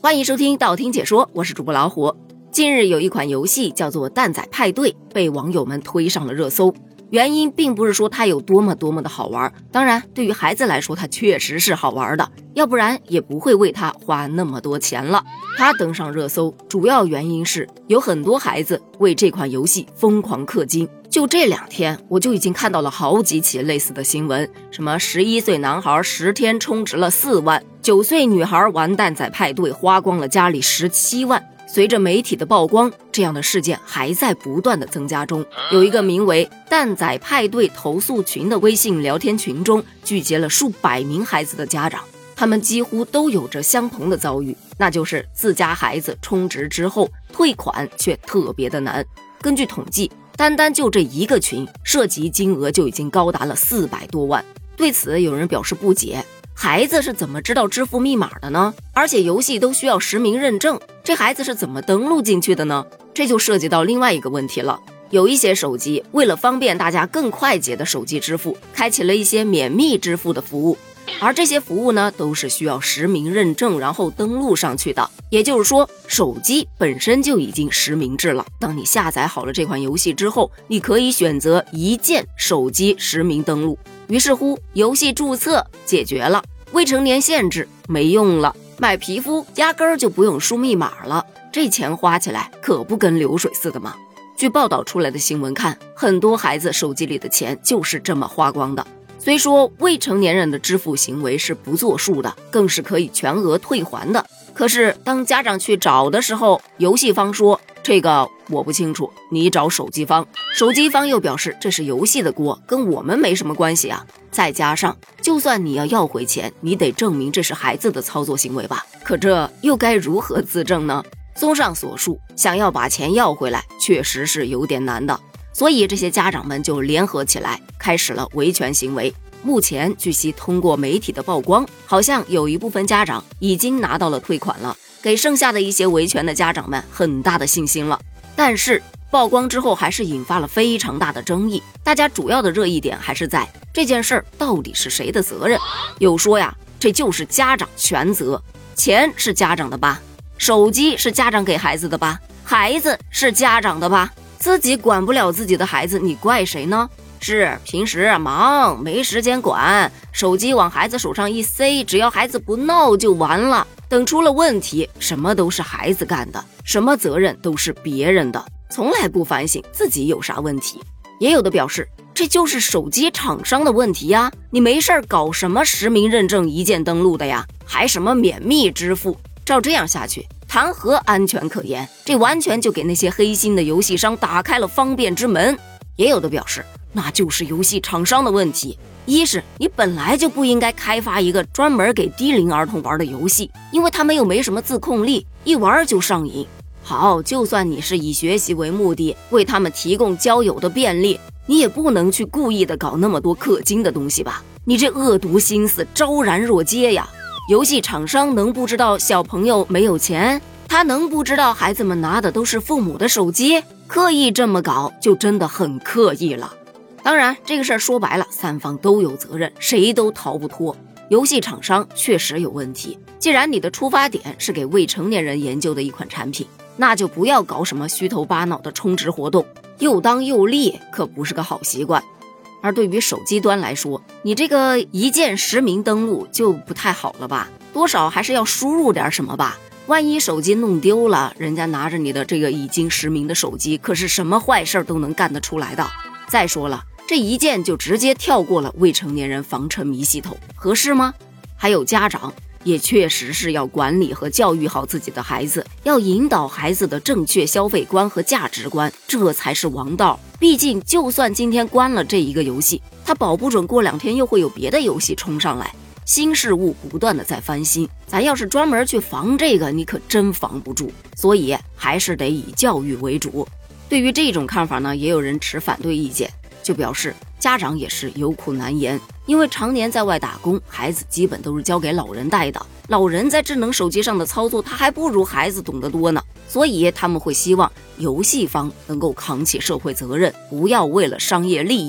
欢迎收听道听解说，我是主播老虎。近日有一款游戏叫做蛋仔派对，被网友们推上了热搜。原因并不是说它有多么的好玩，当然对于孩子来说它确实是好玩的，要不然也不会为它花那么多钱了。它登上热搜主要原因是有很多孩子为这款游戏疯狂氪金。就这2天我就已经看到了好几起类似的新闻，什么11岁男孩10天充值了4万，9岁女孩玩蛋仔派对花光了家里17万。随着媒体的曝光，这样的事件还在不断的增加中。有一个名为蛋仔派对投诉群的微信聊天群中，聚集了数百名孩子的家长，他们几乎都有着相同的遭遇，那就是自家孩子充值之后退款却特别的难。根据统计，单就这一个群涉及金额就已经高达了400多万。对此有人表示不解，孩子是怎么知道支付密码的呢？而且游戏都需要实名认证，这孩子是怎么登录进去的呢？这就涉及到另外一个问题了。有一些手机为了方便大家更快捷的手机支付，开启了一些免密支付的服务，而这些服务呢，都是需要实名认证然后登录上去的。也就是说，手机本身就已经实名制了。当你下载好了这款游戏之后，你可以选择一键手机实名登录。于是乎，游戏注册解决了，未成年限制没用了，买皮肤压根儿就不用输密码了。这钱花起来可不跟流水似的吗？据报道出来的新闻看，很多孩子手机里的钱就是这么花光的。虽说未成年人的支付行为是不作数的，更是可以全额退还的，可是当家长去找的时候，游戏方说这个我不清楚，你找手机方。手机方又表示这是游戏的锅，跟我们没什么关系啊。再加上就算你要回钱，你得证明这是孩子的操作行为吧，可这又该如何自证呢？综上所述，想要把钱要回来确实是有点难的，所以这些家长们就联合起来开始了维权行为。目前据悉，通过媒体的曝光，好像有一部分家长已经拿到了退款了，给剩下的一些维权的家长们很大的信心了。但是曝光之后还是引发了非常大的争议，大家主要的热议点还是在这件事儿到底是谁的责任。有说呀，这就是家长全责，钱是家长的吧，手机是家长给孩子的吧，孩子是家长的吧，自己管不了自己的孩子，你怪谁呢？是平时忙没时间管，手机往孩子手上一塞，只要孩子不闹就完了。等出了问题，什么都是孩子干的，什么责任都是别人的，从来不反省自己有啥问题。也有的表示，这就是手机厂商的问题呀，你没事搞什么实名认证一键登录的呀，还什么免密支付，照这样下去谈何安全可言？这完全就给那些黑心的游戏商打开了方便之门。也有的表示，那就是游戏厂商的问题。一是你本来就不应该开发一个专门给低龄儿童玩的游戏，因为他们又没什么自控力，一玩就上瘾。好，就算你是以学习为目的，为他们提供交友的便利，你也不能去故意的搞那么多氪金的东西吧？你这恶毒心思昭然若揭呀！游戏厂商能不知道小朋友没有钱？他能不知道孩子们拿的都是父母的手机？刻意这么搞就真的很刻意了。当然这个事儿说白了，三方都有责任，谁都逃不脱。游戏厂商确实有问题，既然你的出发点是给未成年人研究的一款产品，那就不要搞什么虚头巴脑的充值活动，又当又立可不是个好习惯。而对于手机端来说，你这个一键实名登录就不太好了吧，多少还是要输入点什么吧，万一手机弄丢了，人家拿着你的这个已经实名的手机，可是什么坏事都能干得出来的。再说了，这一键就直接跳过了未成年人防沉迷系统，合适吗？还有家长也确实是要管理和教育好自己的孩子，要引导孩子的正确消费观和价值观，这才是王道。毕竟就算今天关了这一个游戏，它保不准过2天又会有别的游戏冲上来，新事物不断的在翻新，咱要是专门去防这个，你可真防不住。所以还是得以教育为主。对于这种看法呢，也有人持反对意见，就表示家长也是有苦难言，因为常年在外打工，孩子基本都是交给老人带的，老人在智能手机上的操作他还不如孩子懂得多呢，所以他们会希望游戏方能够扛起社会责任，不要为了商业利益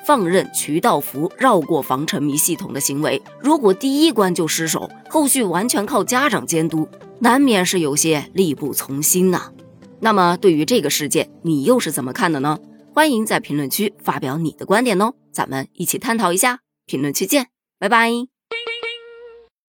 放任渠道服绕过防沉迷系统的行为，如果第一关就失手，后续完全靠家长监督，难免是有些力不从心呐。那么对于这个事件，你又是怎么看的呢？欢迎在评论区发表你的观点哦，咱们一起探讨一下。评论区见，拜拜。